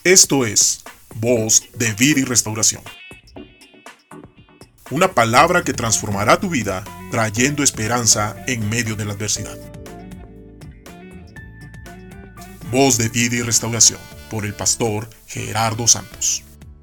Esto es Voz de Vida y Restauración. Una palabra que transformará tu vida trayendo esperanza en medio de la adversidad. Voz de Vida y Restauración por el pastor Gerardo Santos.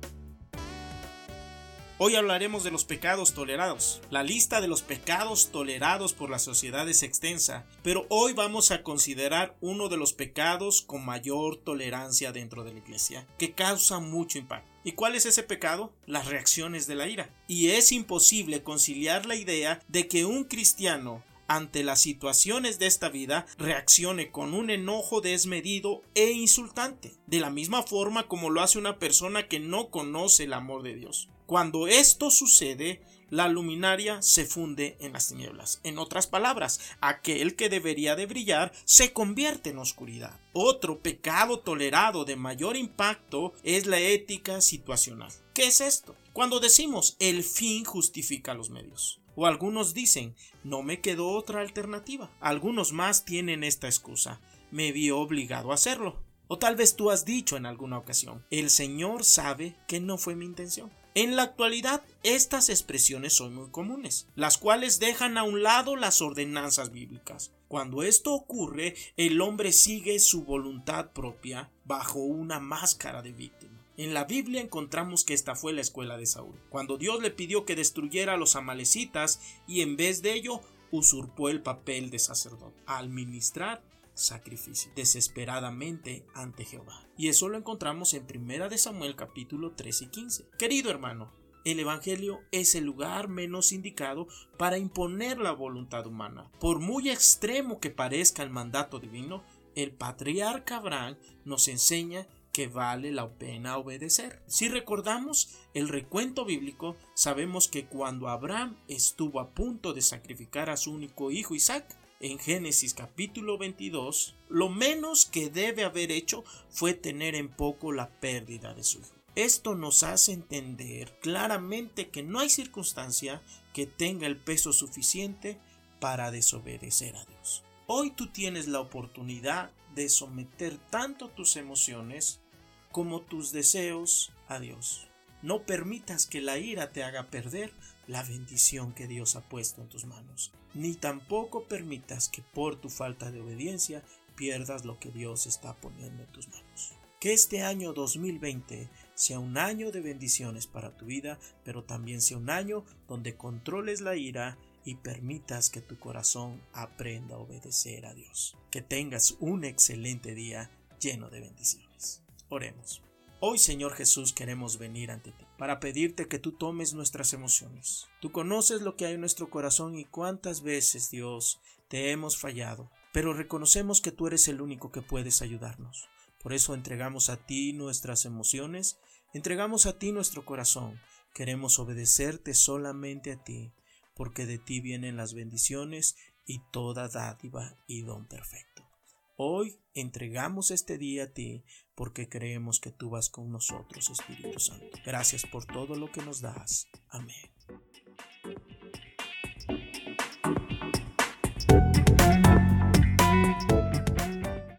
Hoy hablaremos de los pecados tolerados. La lista de los pecados tolerados por la sociedad es extensa, pero hoy vamos a considerar uno de los pecados con mayor tolerancia dentro de la iglesia, que causa mucho impacto. ¿Y cuál es ese pecado? Las reacciones de la ira. Y es imposible conciliar la idea de que un cristiano ante las situaciones de esta vida reaccione con un enojo desmedido e insultante, de la misma forma como lo hace una persona que no conoce el amor de Dios. Cuando esto sucede, la luminaria se funde en las tinieblas. En otras palabras, aquel que debería de brillar se convierte en oscuridad. Otro pecado tolerado de mayor impacto es la ética situacional. ¿Qué es esto? Cuando decimos el fin justifica los medios. O algunos dicen, no me quedó otra alternativa. Algunos más tienen esta excusa, me vi obligado a hacerlo. O tal vez tú has dicho en alguna ocasión, el Señor sabe que no fue mi intención. En la actualidad, estas expresiones son muy comunes, las cuales dejan a un lado las ordenanzas bíblicas. Cuando esto ocurre, el hombre sigue su voluntad propia bajo una máscara de víctima. En la Biblia encontramos que esta fue la escuela de Saúl, cuando Dios le pidió que destruyera a los amalecitas y en vez de ello usurpó el papel de sacerdote al ministrar sacrificio desesperadamente ante Jehová. Y eso lo encontramos en 1 Samuel capítulo 3 y 15. Querido hermano, el evangelio es el lugar menos indicado para imponer la voluntad humana. Por muy extremo que parezca el mandato divino, el patriarca Abraham nos enseña que vale la pena obedecer. Si recordamos el recuento bíblico, sabemos que cuando Abraham estuvo a punto de sacrificar a su único hijo Isaac, en Génesis capítulo 22, lo menos que debe haber hecho fue tener en poco la pérdida de su hijo. Esto nos hace entender claramente que no hay circunstancia que tenga el peso suficiente para desobedecer a Dios. Hoy tú tienes la oportunidad de someter tanto tus emociones como tus deseos a Dios. No permitas que la ira te haga perder la bendición que Dios ha puesto en tus manos. Ni tampoco permitas que por tu falta de obediencia pierdas lo que Dios está poniendo en tus manos. Que este año 2020 sea un año de bendiciones para tu vida, pero también sea un año donde controles la ira y permitas que tu corazón aprenda a obedecer a Dios. Que tengas un excelente día lleno de bendiciones. Oremos. Hoy, Señor Jesús, queremos venir ante ti para pedirte que tú tomes nuestras emociones. Tú conoces lo que hay en nuestro corazón y cuántas veces, Dios, te hemos fallado, pero reconocemos que tú eres el único que puedes ayudarnos. Por eso entregamos a ti nuestras emociones, entregamos a ti nuestro corazón. Queremos obedecerte solamente a ti, porque de ti vienen las bendiciones y toda dádiva y don perfecto. Hoy entregamos este día a ti porque creemos que tú vas con nosotros, Espíritu Santo. Gracias por todo lo que nos das. Amén.